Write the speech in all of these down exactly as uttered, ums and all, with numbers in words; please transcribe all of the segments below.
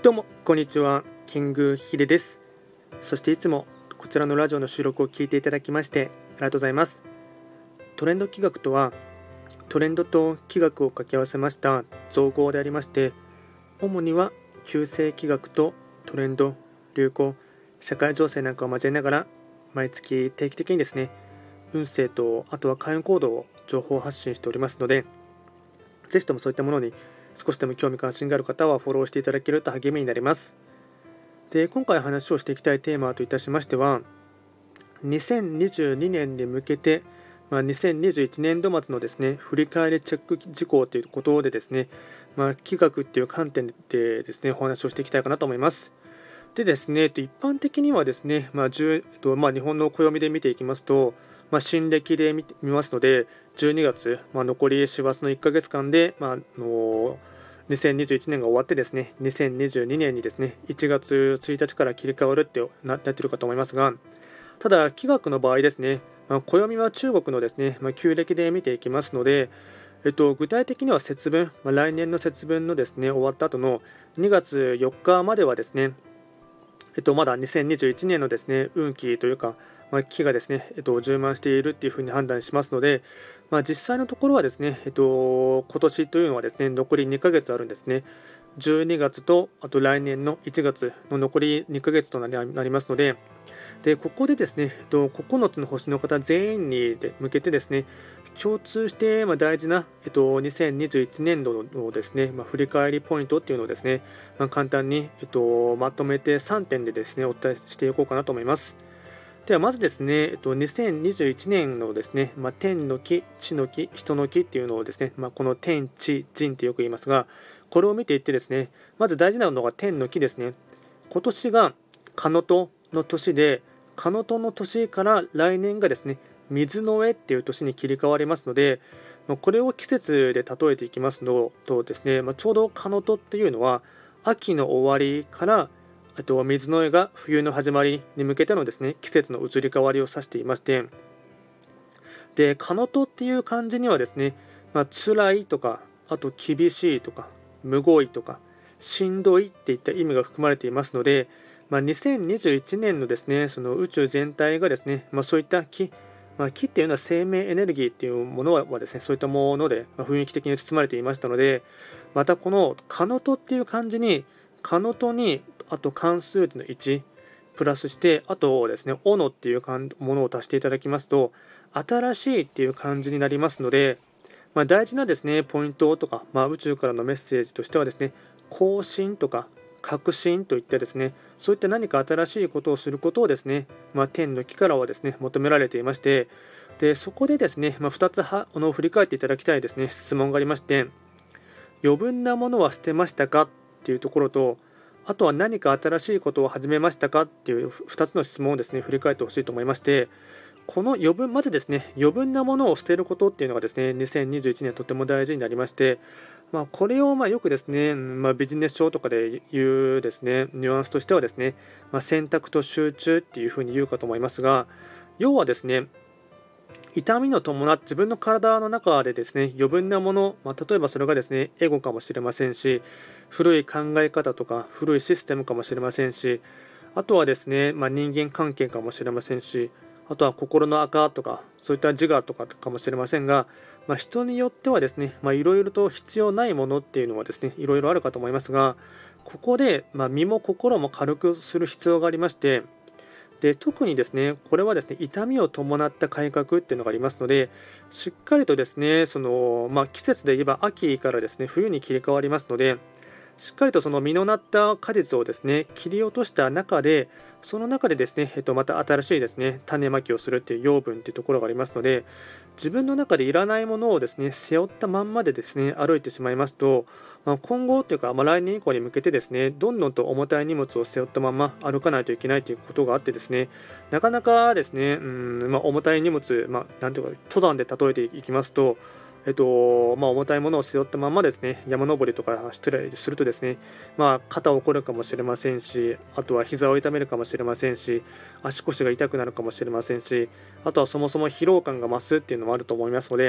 どうもこんにちは、キングヒデです。そしていつもこちらのラジオの収録を聞いていただきましてありがとうございます。トレンド企画とは、トレンドと企画を掛け合わせました造語でありまして、主には旧世企画とトレンド、流行、社会情勢なんかを交えながら、毎月定期的にですね、運勢とあとは開運行動を情報発信しておりますので、ぜひともそういったものに少しでも興味関心がある方はフォローしていただけると励みになります。で、今回話をしていきたいテーマといたしましては、にせんにじゅうにねんに向けて、まあ、にせんにじゅういちねん度末のですね、振り返りチェック事項ということでですね、まあ、企画っていう観点でですね、お話をしていきたいかなと思います。でですね、一般的にはですね、まあじゅうまあ、日本の暦で見ていきますと、まあ、新暦で見て見ますので、じゅうにがつ、まあ、残り師走のいっかげつかんで、まあ、あのにせんにじゅういちねんが終わってですね、にせんにじゅうにねんにですね、いちがつついたちから切り替わるってなっているかと思いますが、ただ、気学の場合ですね、まあ、暦は中国のですね、まあ、旧暦で見ていきますので、えっと、具体的には節分、まあ、来年の節分のですね、終わった後のにがつよっかまではですね、えっと、まだにせんにじゅういちねんのですね、運気というか、まあ、気がですね、えっと、充満しているっていうふうに判断しますので、まあ、実際のところはですね、えっと、今年というのはですね、残りにかげつあるんですね。じゅうにがつと、あと来年のいちがつの残りにかげつとなりますので、でここでですね、えっと、ここのつの星の方全員に向けてですね、共通してまあ大事な、えっと、にせんにじゅういちねんどのですね、まあ、振り返りポイントっていうのをですね、まあ、簡単に、えっと、まとめてさんてんでですね、お伝えしていこうかなと思います。ではまずですね、えっと、にせんにじゅういちねんのですね、まあ、天の木、地の木、人の木っていうのをですね、まあ、この天、地、人ってよく言いますが、これを見ていってですね、まず大事なのが天の木ですね。今年がカノトの年で、カノトの年から来年がですね、水の上っていう年に切り替わりますので、これを季節で例えていきますのとですね、まあ、ちょうどカノトっていうのは秋の終わりからあと水の上が冬の始まりに向けてのですね、季節の移り変わりを指していまして、で、カノトっていう漢字にはですね、まあ、辛いとか、あと厳しいとか、むごいとか、しんどいっていった意味が含まれていますので、まあ、にせんにじゅういちねんのですね、その宇宙全体がですね、まあ、そういった木、まあ、木っていうのは生命エネルギーっていうものはですね、そういったもので、まあ、雰囲気的に包まれていましたので、またこのカノトっていう漢字に、カノトにあと関数値のいちプラスして、あとですね、オノっていうものを足していただきますと、新しいっていう漢字になりますので、まあ、大事なですね、ポイントとか、まあ、宇宙からのメッセージとしてはですね、更新とか革新といったですね、そういった何か新しいことをすることをですね、まあ、天の木からはですね、求められていまして、でそこでですね、まあ、ふたつはあの振り返っていただきたいですね、質問がありまして、余分なものは捨てましたかっていうところと、あとは何か新しいことを始めましたかっていうふたつの質問をですね、振り返ってほしいと思いまして、この余分、まずですね、余分なものを捨てることっていうのがですね、にせんにじゅういちねんとても大事になりまして、まあ、これをまあよくですね、まあ、ビジネス書とかで言うですね、ニュアンスとしてはですね、まあ、選択と集中っていうふうに言うかと思いますが、要はですね、痛みの伴って自分の体の中でですね、余分なもの、まあ、例えばそれがですね、エゴかもしれませんし、古い考え方とか古いシステムかもしれませんし、あとはですね、まあ、人間関係かもしれませんし、あとは心の赤とか、そういった自我とかかもしれませんが、まあ、人によってはですね、いろいろと必要ないものっていうのはですね、いろいろあるかと思いますが、ここで、まあ、身も心も軽くする必要がありまして、で特にですね、これはですね、痛みを伴った改革っていうのがありますので、しっかりとですね、そのまあ、季節で言えば秋からですね、冬に切り替わりますので、しっかりとその実のなった果実をですね、切り落とした中で、その中でですね、えっと、また新しいですね、種まきをするっていう養分っていうところがありますので、自分の中でいらないものをですね、背負ったまんまでですね、歩いてしまいますと、まあ、今後というか、まあ、来年以降に向けてですね、どんどんと重たい荷物を背負ったまま歩かないといけないということがあってですね、なかなかですね、うん、まあ、重たい荷物、まあ、なんていうか、登山で例えていきますと、えっとまあ、重たいものを背負ったままですね、山登りとかしたりするとですね、まあ、肩を凝るかもしれませんし、あとは膝を痛めるかもしれませんし、足腰が痛くなるかもしれませんし、あとはそもそも疲労感が増すっていうのもあると思いますので、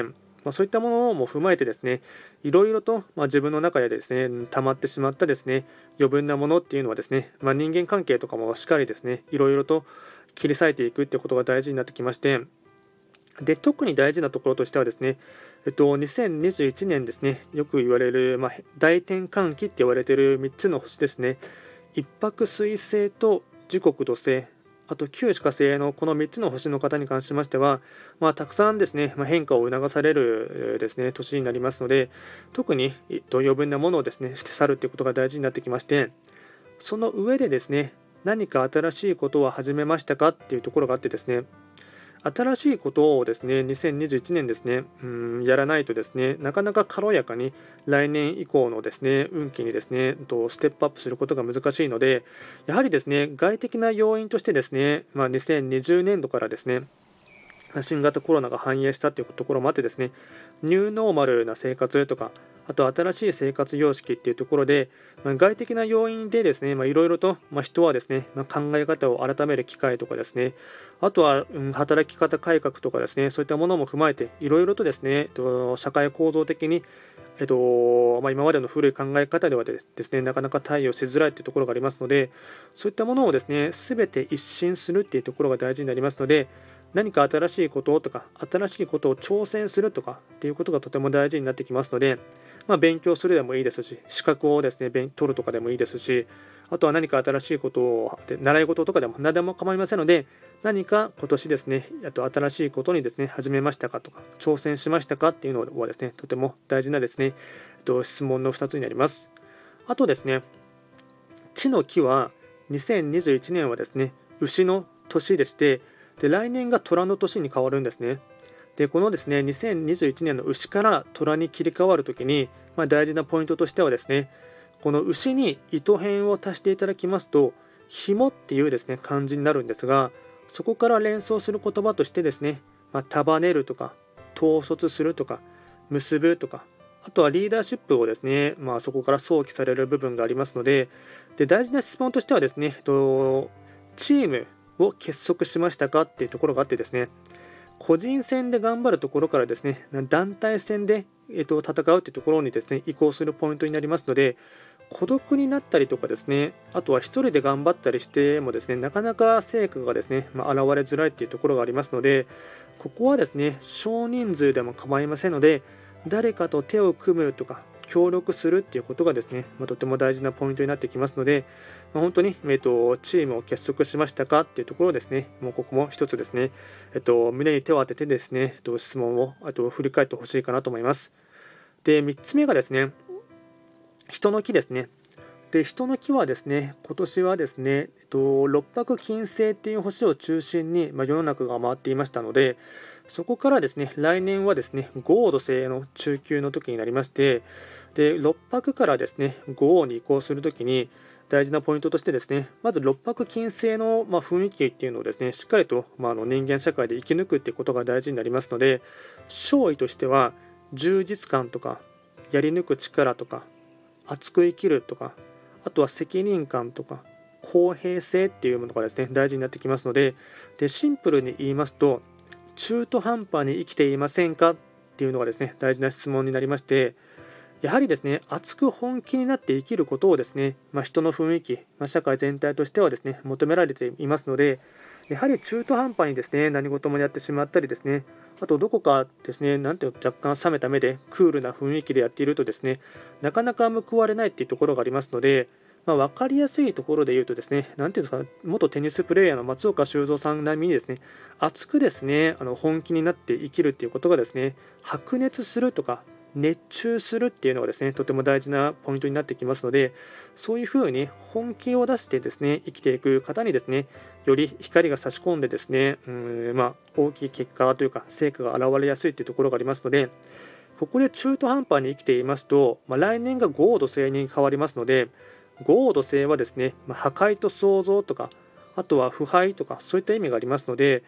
まあ、そういったものも踏まえてですね、いろいろと、まあ、自分の中でですね、溜まってしまったですね、余分なものっていうのはですね、まあ、人間関係とかもしっかりですね、いろいろと切り裂いていくってことが大事になってきまして、で、特に大事なところとしてはですね、えっと、にせんにじゅういちねんですね、よく言われる、まあ、大転換期って言われているみっつの星ですね、一泊水星と時刻土星、あと旧歯科星のこのみっつの星の方に関しましては、まあ、たくさんですね、まあ、変化を促されるえーですね、年になりますので、特に、えっと、余分なものをですね、捨て去るということが大事になってきまして、その上でですね、何か新しいことを始めましたかっていうところがあってですね、新しいことをですね、にせんにじゅういちねんですね、うん、やらないとですね、なかなか軽やかに来年以降のですね、運気にですね、とステップアップすることが難しいので、やはりですね、外的な要因としてですね、まあ、にせんにじゅうねんどからですね、新型コロナが反映したというところもあってですね、ニューノーマルな生活とか、あと新しい生活様式っていうところで、まあ、外的な要因でですね、いろいろと、まあ、人はですね、まあ、考え方を改める機会とかですね、あとは、うん、働き方改革とかですね、そういったものも踏まえて、いろいろとですね、えっと社会構造的に、えっとまあ、今までの古い考え方ではですね、なかなか対応しづらいというところがありますので、そういったものをですね、すべて一新するっていうところが大事になりますので、何か新しいこととか、新しいことを挑戦するとかっていうことがとても大事になってきますので、まあ、勉強するでもいいですし、資格をですね、勉取るとかでもいいですし、あとは何か新しいことを、で習い事とかでも何でも構いませんので、何か今年ですね、あと新しいことにですね、始めましたかとか、挑戦しましたかっていうのはですね、とても大事なですね、えっと、質問のふたつになります。あとですね、地の木はにせんにじゅういちねんはですね、牛の年でして、で来年が虎の年に変わるんですね。でこのですねにせんにじゅういちねんの牛から虎に切り替わるときに、まあ、大事なポイントとしてはですね、この牛に糸辺を足していただきますと、紐っていうですね漢字になるんですが、そこから連想する言葉としてですね、まあ、束ねるとか統率するとか結ぶとか、あとはリーダーシップをですね、まあ、そこから想起される部分がありますので、で大事な質問としてはですね、とチームを結束しましたかっていうところがあってですね、個人戦で頑張るところからですね、団体戦で、えっと、戦うというところにですね、移行するポイントになりますので、孤独になったりとかですね、あとは一人で頑張ったりしてもですね、なかなか成果がですね、まあ、現れづらいというところがありますので、ここはですね、少人数でも構いませんので、誰かと手を組むとか、協力するっていうことがですね、まあ、とても大事なポイントになってきますので、まあ、本当に、えっと、チームを結束しましたかっていうところですね、もうここも一つですね、えっと、胸に手を当ててですね、えっと、質問をあと振り返ってほしいかなと思います。で、みっつめがですね、人の木ですね。で、人の木はですね、今年はですね、えっと、六白金星っていう星を中心に、まあ、世の中が回っていましたので、そこからですね、来年はですね、豪土星の中級の時になりまして、で、六白からですね、豪に移行するときに、大事なポイントとしてですね、まず六白金星の、まあ、雰囲気っていうのをですね、しっかりと、まあ、あの人間社会で生き抜くっていうことが大事になりますので、勝意としては、充実感とか、やり抜く力とか、熱く生きるとか、あとは責任感とか、公平性っていうものがですね、大事になってきますので、でシンプルに言いますと、中途半端に生きていませんかっていうのがですね、大事な質問になりまして、やはりですね、熱く本気になって生きることをですね、まあ、人の雰囲気、まあ、社会全体としてはですね、求められていますので、やはり中途半端にですね、何事もやってしまったりですね、あとどこかですね、なんていう若干冷めた目でクールな雰囲気でやっているとですね、なかなか報われないっていうところがありますので、まあ、分かりやすいところで言うとですね、なんていうんですか、元テニスプレーヤーの松岡修造さん並みにですね、熱くですね、あの本気になって生きるっていうことがですね、白熱するとか、熱中するっていうのがですね、とても大事なポイントになってきますので、そういうふうに本気を出してですね、生きていく方にですね、より光が差し込んでですね、うん、まあ、大きい結果というか、成果が現れやすいというところがありますので、ここで中途半端に生きていますと、まあ、来年が豪土星に変わりますので、豪土星はですね、まあ、破壊と創造とか、あとは腐敗とか、そういった意味がありますので、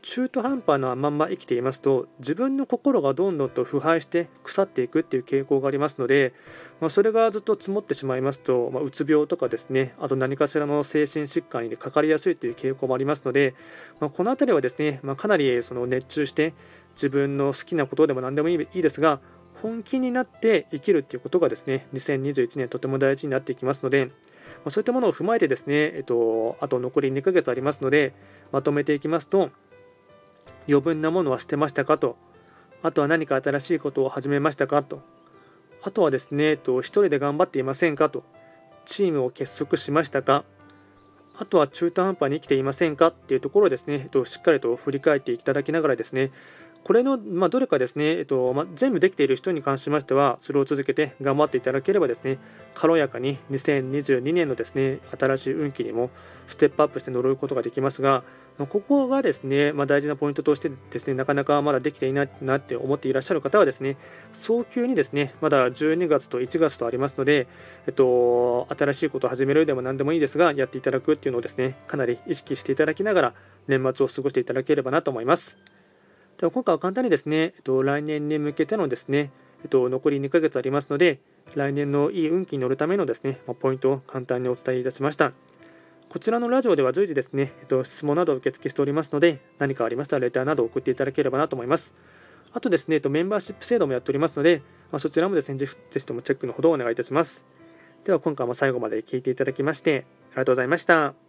中途半端なまんま生きていますと、自分の心がどんどんと腐敗して腐っていくっていう傾向がありますので、まあ、それがずっと積もってしまいますと、まあ、うつ病とかですね、あと何かしらの精神疾患にかかりやすいという傾向もありますので、まあ、この辺りはですね、まあ、かなりその熱中して自分の好きなことでも何でもいいいいですが、本気になって生きるっていうことがですね、にせんにじゅういちねんとても大事になっていきますので、まあ、そういったものを踏まえてですね、えっと、あと残りにかげつありますので、まとめていきますと、余分なものは捨てましたかと、あとは何か新しいことを始めましたかと、あとはですね、えっと、一人で頑張っていませんかと、チームを結束しましたか、あとは中途半端に生きていませんかっていうところをですね、えっと、しっかりと振り返っていただきながらですね、これの、まあ、どれかですね、えっとまあ、全部できている人に関しましては、それを続けて頑張っていただければですね、軽やかににせんにじゅうにねんのですね、新しい運気にもステップアップして乗ることができますが、まあここがですね、まあ、大事なポイントとしてですね、なかなかまだできていないなって思っていらっしゃる方はですね、早急にですね、まだじゅうにがつといちがつとありますので、えっと、新しいことを始めるでも何でもいいですが、やっていただくっていうのをですね、かなり意識していただきながら、年末を過ごしていただければなと思います。では今回は簡単にですね、えっと、来年に向けてのですね、えっと、残りにかげつありますので、来年のいい運気に乗るためのですね、まあ、ポイントを簡単にお伝えいたしました。こちらのラジオでは随時ですね、えっと、質問などを受付しておりますので、何かありましたらレターなどを送っていただければなと思います。あとですね、えっと、メンバーシップ制度もやっておりますので、まあ、そちらもですね、ぜひぜひともチェックのほどお願いいたします。では今回も最後まで聞いていただきまして、ありがとうございました。